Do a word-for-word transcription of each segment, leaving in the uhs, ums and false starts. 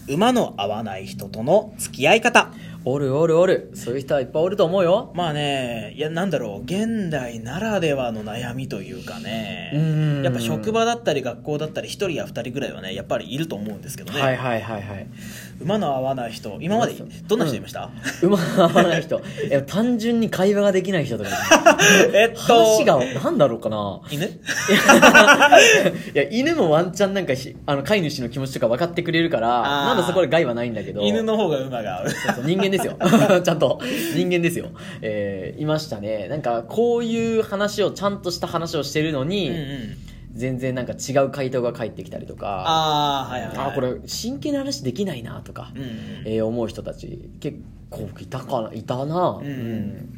馬の合わない人との付き合い方。 おるおるおる、そういう人はいっぱいおると思うよ。 まあね、いやなんだろう、現代ならではの悩みというかね、 うんやっぱ職場だったり学校だったり一人や二人ぐらいはねやっぱりいると思うんですけどね。 はいはいはいはい。 馬の合わない人、今までどんな人いました？ うん、馬の合わない人いや単純に会話ができない人とかえっと話がなんだろうかな、 犬いや犬もワンチャンなんかしあの飼い主の気持ちとか分かってくれるからまだそこで害はないんだけど、 犬の方が馬が合う。 そうそう人間ですよちゃんと人間ですよ、えー、いましたね。なんかこういう話をちゃんとした話をしてるのに、うんうん、全然なんか違う回答が返ってきたりとか、 あー、はいはいはい、 あこれ真剣な話できないなとか、うんうん、えー、思う人たち結構いたかないたな、うんうん、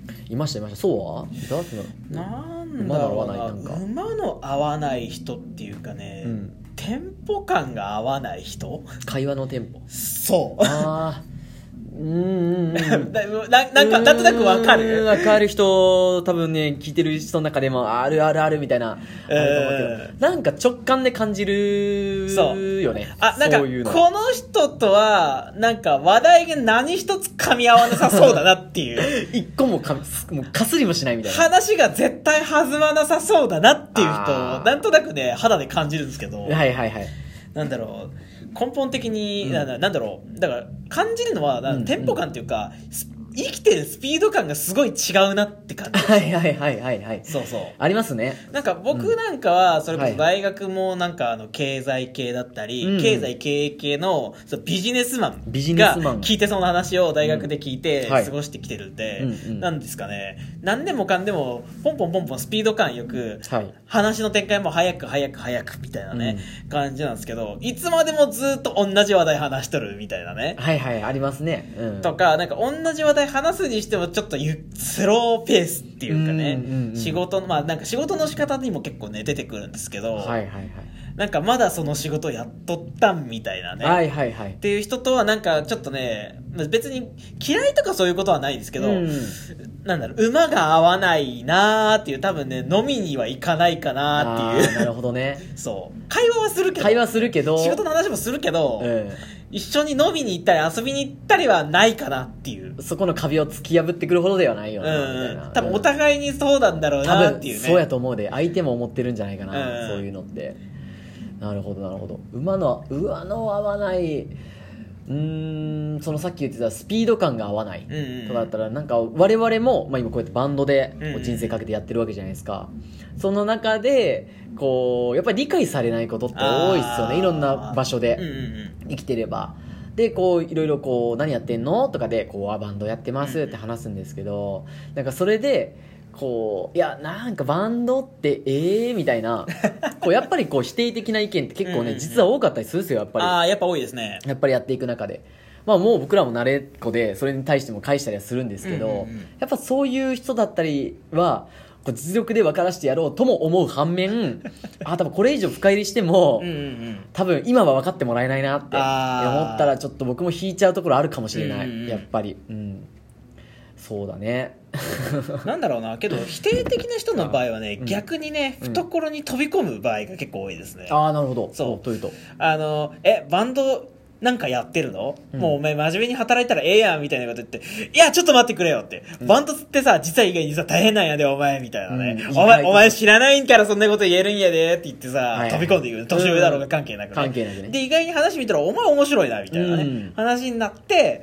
いましたいました。そうはいたなんだろうな、馬の合わない人っていうかね、うん、テンポ感が合わない人、 会話のテンポ、 そうあうーんな, なんかなんとなくわかるわかる人多分ね聞いてる人の中でもあるあるあるみたいな、えー、あると思うけどなんか直感で感じるよね。 あなんかこの人とはなんか話題が何一つ噛み合わなさそうだなっていう一個もかもうかすりもしないみたいな、 話が絶対弾まなさそうだなっていう人をなんとなくね肌で感じるんですけど、 はいはいはい、 なんだろう根本的に、うん、な, なんだろうだから感じるのは、うん、テンポ感っていうか、うん、生きてるスピード感がすごい違うなって感じ。 はいはいはいはいはい。 そうそう。 ありますね。 なんか僕なんかはそれこそ大学もなんかあの経済系だったり、うん、経済経営系のビジネスマンが聞いてそうな話を大学で聞いて過ごしてきてるんで、うん、なんですかね。何でもかんでもポンポンポンポンスピード感よく、はい、話の展開も早く早く早くみたいなね、うん、感じなんですけど、いつまでもずっと同じ話題話しとるみたいなね。 はいはいありますね。うん、 とかなんか同じ話題話すにしてもちょっとゆスローペースっていうかね、うんうんうん、仕事まあなんか仕事の仕方にも結構ね出てくるんですけど、はいはいはい、なんかまだその仕事やっとったんみたいなね、 はいはいはい、 っていう人とはなんかちょっとね別に嫌いとかそういうことはないですけど、うん、なんだろう馬が合わないなーっていう、多分ね飲みには行かないかなっていう。 なるほどね。 そう会話はするけど会話するけど仕事の話もするけど、うん一緒に飲みに行ったり遊びに行ったりはないかなっていう、 そこの壁を突き破ってくるほどではないよな、うん、みたいな。 多分お互いにそうなんだろうなっていうね。 多分そうやと思うで、相手も思ってるんじゃないかな、うん、そういうのって。なるほどなるほど。馬の馬の合わない、うーんそのさっき言ってたスピード感が合わないとかだったら、なんか我々も、まあ、今こうやってバンドで人生かけてやってるわけじゃないですか、うん、その中でこうやっぱり理解されないことって多いっすよね、いろんな場所で生きてれば。でこういろいろこう何やってんのとかでこうバンドやってますって話すんですけど、なんかそれでこういやなんかバンドってええー、みたいなこうやっぱりこう否定的な意見って結構ね実は多かったりするんですよ、やっぱり。 ああやっぱ多いですね、 やっぱりやっていく中で。まあもう僕らも慣れっこでそれに対しても返したりはするんですけど、うんうんうん、やっぱそういう人だったりはこう実力で分からしてやろうとも思う反面あ多分これ以上深入りしても、うんうんうん、多分今は分かってもらえないなって思ったらちょっと僕も引いちゃうところあるかもしれない、うんうん、やっぱり、うん、そうだねなんだろうな、けど否定的な人の場合はね、うん、逆にね懐に飛び込む場合が結構多いですね。 ああなるほど。 そうというとあのえバンドなんかやってるの、うん、もうお前真面目に働いたらええやんみたいなこと言って、いやちょっと待ってくれよって、うん、バンドってさ実は意外にさ大変なんやでお前みたいなね、うん、お前お前知らないんからそんなこと言えるんやでって言ってさ、はいはい、飛び込んでいく、年上だろうが関係なくね、 関係なくね。 で意外に話見たらお前面白いなみたいなね、うん、話になって、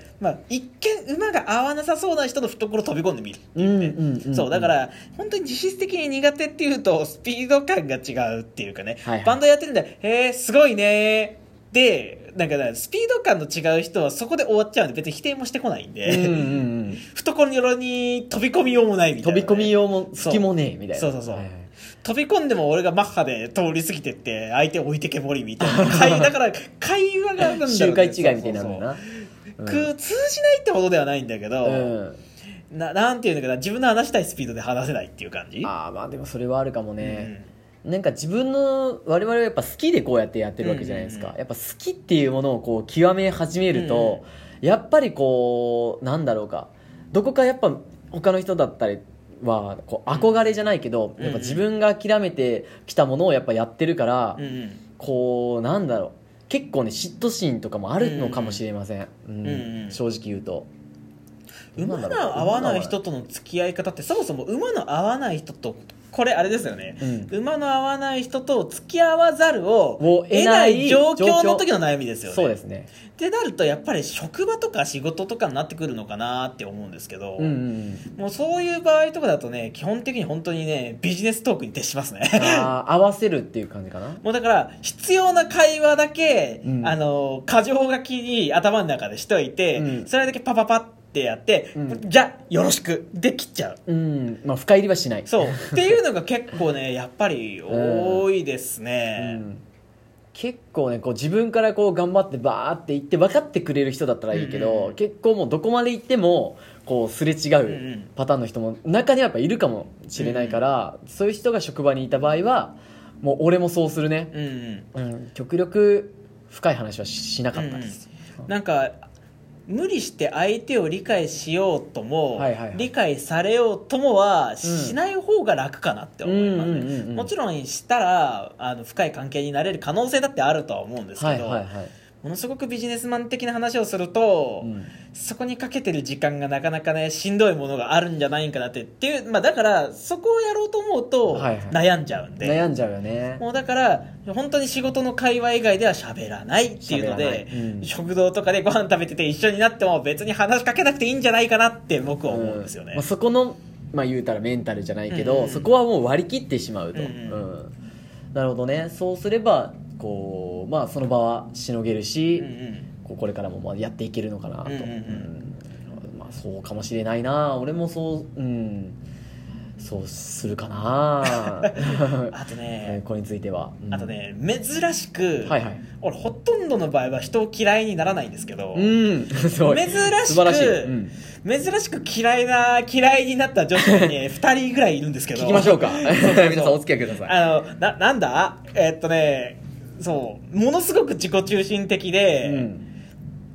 まあ、一見馬が合わなさそうな人の懐飛び込んでみるっていうね、うんうんうんうん、そうだから本当に実質的に苦手っていうとスピード感が違うっていうかね、はいはい、バンドやってるんだへえすごいねでなんかスピード感の違う人はそこで終わっちゃうんで別に否定もしてこないんで、うんうんうん、懐に飛び込みようもないみたいな、ね、 飛び込みようも隙もねえみたいな。 そうそうそう、はいはい、飛び込んでも俺がマッハで通り過ぎてって相手置いてけぼりみたいなだから会話があるんだろう、ね、 周回違いみたいになるんだな。 そうそうそう、うん、通じないってほどではないんだけど、うんな, なんていうのかな、自分の話したいスピードで話せないっていう感じ。 ああまあでもそれはあるかもね、うん、なんか自分の我々はやっぱ好きでこうやってやってるわけじゃないですか、うんうんうん、やっぱ好きっていうものをこう極め始めると、うん、やっぱりこうなんだろうかどこかやっぱ他の人だったりはこう憧れじゃないけど、うん、やっぱ自分が諦めてきたものをやっぱやってるから、うんうん、こうなんだろう結構ね嫉妬心とかもあるのかもしれません、うんうんうん、 正直言うと馬の合わない人との付き合い方ってそもそも馬の合わない人とこれあれですよね、うん、馬の合わない人と付き合わざるを得ない状況の時の悩みですよね。 そうですね。 ってなるとやっぱり職場とか仕事とかになってくるのかなって思うんですけど、うんうんうん、もうそういう場合とかだとね基本的に本当にねビジネストークに徹しますね。 あ合わせるっていう感じかな。 もうだから必要な会話だけ、うん、あの箇条書きに頭の中でしといて、うん、それだけパパパッってやって、うん、じゃあよろしくで切っちゃう、 うんまあ、深入りはしないそうっていうのが結構ねやっぱり多いですね、うん、 結構ねこう自分からこう頑張ってバーって言って分かってくれる人だったらいいけど、うんうん、結構もうどこまで行ってもこうすれ違うパターンの人も中にはやっぱいるかもしれないから、うん、そういう人が職場にいた場合はもう俺もそうするね、うんうんうん、極力深い話はしなかったです、 うんうん、なんか無理して相手を理解しようとも、はいはいはい、理解されようともはしない方が楽かなって思いますね。もちろんしたらあの深い関係になれる可能性だってあるとは思うんですけど、はいはいはい、ものすごくビジネスマン的な話をすると、うん、そこにかけてる時間がなかなかねしんどいものがあるんじゃないかなってっていう、まあ、だからそこをやろうと思うと悩んじゃうんで、 はいはい、悩んじゃうよね。 もうだから本当に仕事の会話以外では喋らないっていうので、うん、食堂とかでご飯食べてて一緒になっても別に話しかけなくていいんじゃないかなって僕は思うんですよね、 うんまあ、そこの、まあ、言うたらメンタルじゃないけど、うんうん、そこはもう割り切ってしまうと、うんうんうん、なるほどね。そうすればこう、まあ、その場はしのげるし、うんうん、こうこれからもまあやっていけるのかなと、うんうんうんまあ、そうかもしれないな。俺もそう、うん、そうするかなあとねこれについては、 うん、あとね珍しく、はいはい、俺ほとんどの場合は人を嫌いにならないんですけど、うん、珍しく素晴らしい、うん、珍しく嫌いな嫌いになった女子に、ね、ふたりぐらいいるんですけど聞きましょうか。そうそうそう皆さんお付き合いください。 あの な, なんだえー、っとねそうものすごく自己中心的で、うん、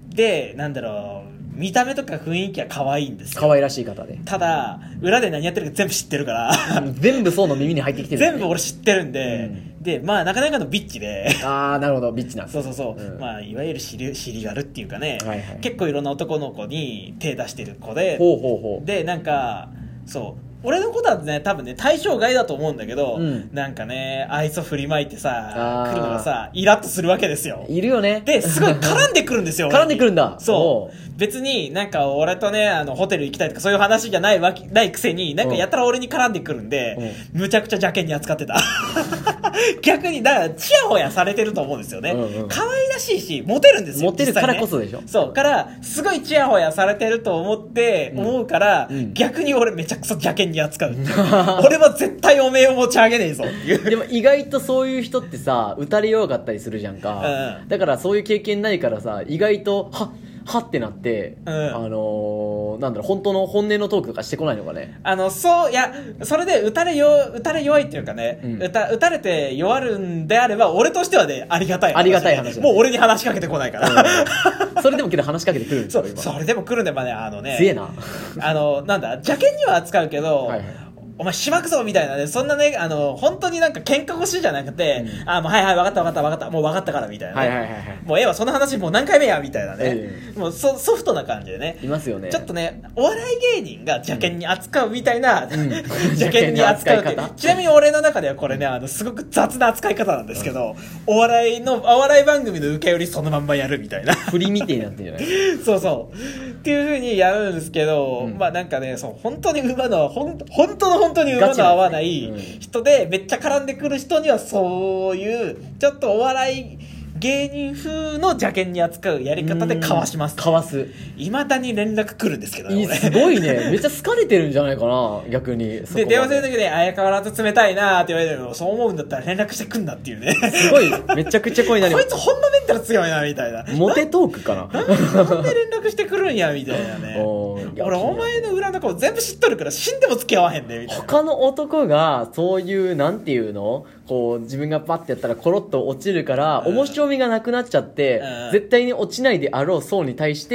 でなんだろう見た目とか雰囲気は可愛いんですよ。 可愛らしい方で。 ただ裏で何やってるか全部知ってるから全部そうの耳に入ってきてる、ね、 全部俺知ってるんで、うん、でまあなかなかのビッチでああなるほどビッチなんです、 そうそうそう、うん、まあいわゆるシリ、シリガルっていうかね、はいはい、結構いろんな男の子に手出してる子で、ほうほうほうでなんかそう俺のことはね多分ね対象外だと思うんだけど、うん、なんかね愛想振りまいてさ来るのがさイラッとするわけですよ。 いるよね。 ですごい絡んでくるんですよ絡んでくるんだ。 そう別になんか俺とねあのホテル行きたいとかそういう話じゃないわけないくせになんかやったら俺に絡んでくるんで、うん、むちゃくちゃ邪険に扱ってた逆にだからチヤホヤされてると思うんですよね、うんうん、可愛らしいしモテるんですよ。 モテるからこそでしょ、 ね、そうからすごいチヤホヤされてると思って、うん、思うから、うん、逆に俺めちゃくちゃ邪険に扱う俺は絶対おめえを持ち上げねえぞっていうでも意外とそういう人ってさ打たれ弱かったりするじゃんか、うん、だからそういう経験ないからさ意外とはっはってなって、うん、あのー、なんだろう本当の本音のトークとかしてこないのかね。 あのそういやそれで打たれよ打たれ弱いっていうかね、うん、打た打たれて弱るんであれば俺としてはねありがたい話、 ありがたい話、 もう俺に話しかけてこないから、 うん、それでもけど話しかけてくるんですよ。 そうそれでも来るんでまあねあのね強えなあのなんだ邪険には扱うけど、はいはいお前しばくぞみたいなねそんなねあの本当になんか喧嘩腰じゃなくて、うん、あもうはいはい分かった分かった分かったもう分かったからみたいな、ねはいはいはいはい、もうええわその話もう何回目やみたいなね、えー、もう ソ, ソフトな感じでねいますよね。 ちょっとねお笑い芸人が邪険に扱うみたいな、うん、邪険に扱うってちなみに俺の中ではこれねあのすごく雑な扱い方なんですけど、うん、お笑いのお笑い番組の受け売りそのまんまやるみたいな振りみてえになってるじゃないそうそうっていう風にやるんですけど、うん、まあなんかねそう本当に馬のほん本当の本当に馬の合わない人でめっちゃ絡んでくる人にはそういうちょっとお笑い芸人風の邪険に扱うやり方でかわします、 かわす。 いまだに連絡来るんですけどねすごいねめっちゃ好かれてるんじゃないかな逆に。 で電話する時で相変わらず冷たいなって言われるのそう思うんだったら連絡してくんだっていうねすごいめちゃくちゃ声になりますこいつほんまメンタル強いなみたいなモテトークかななんで連絡してくるんやみたいなね俺お前の裏の顔全部知っとるから死んでも付き合わへんねみたいな。 他の男がそういうなんていうのこう自分がパッてやったらコロッと落ちるから、うん、面白みがなくなっちゃって、うん、絶対に落ちないであろう層に対して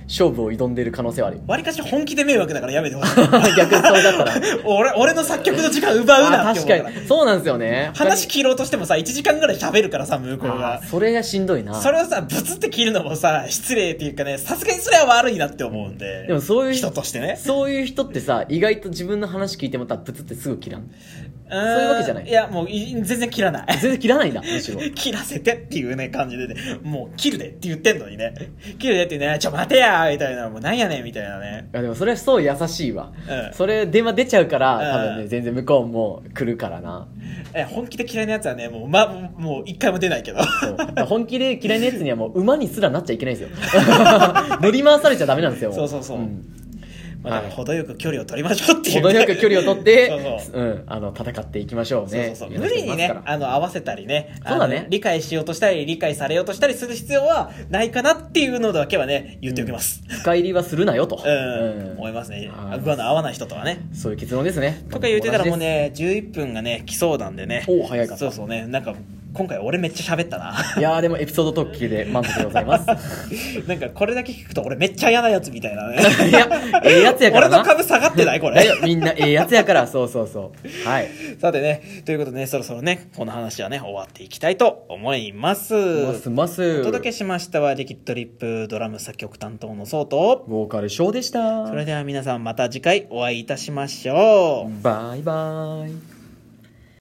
勝負を挑んでいる可能性はあるよ。 わりかし本気で迷惑だからやめてほしい逆にそうだったら俺俺の作曲の時間奪うなって思うから。 確かにそうなんですよね。 話切ろうとしてもさいちじかんぐらい喋るからさ向こうが。 それがしんどいな。 それをさブツって切るのもさ失礼っていうかね、さすがにそれは悪いなって思うんで。 でもそういう人としてね、 そういう人ってさ意外と自分の話聞いてもたらブツってすぐ切らん。そういうわけじゃない。 いやもう全然切らない全然切らないんだむしろ切らせてっていうね感じでね、もう切るでって言ってんのにね、切るでってね、ちょ待てやみたいな、もうなんやねんみたいなね。 いやでもそれはそう優しいわ、うん、それ電話出ちゃうから、うん、多分ね全然向こうも来るからな。 え本気で嫌いなやつはねもうまもう一回も出ないけどそう本気で嫌いなやつにはもう馬にすらなっちゃいけないんですよ乗り回されちゃダメなんですよ。 そうそうそう、うんまあ、だから程よく距離を取りましょうっていう、ね、 程よく距離を取ってそうそう、 うん、あの戦っていきましょうね。 そうそうそう無理にねあの合わせたりね、 そうだね、 理解しようとしたり理解されようとしたりする必要はないかなっていうのだけはね言っておきます、 うん、深入りはするなよと、 うんうん、思いますね。具合の合わない人とはね、 そういう結論ですね。 とか言ってたらもうねじゅういっぷんがね来そうなんでね。 お早いかった。 そうそうね、なんか今回俺めっちゃ喋ったな。 いやーでもエピソードトークで満足でございますなんかこれだけ聞くと俺めっちゃ嫌なやつみたいなねいやええやつやからな。 俺の株下がってないこれみんなええやつやから。そうそうそうはい。 さてねということでねそろそろねこの話はね終わっていきたいと思います。 ますますお届けしましたはリキッドリップドラム作曲担当のソウとボーカルショーでした。 それでは皆さんまた次回お会いいたしましょう。 バイバイ。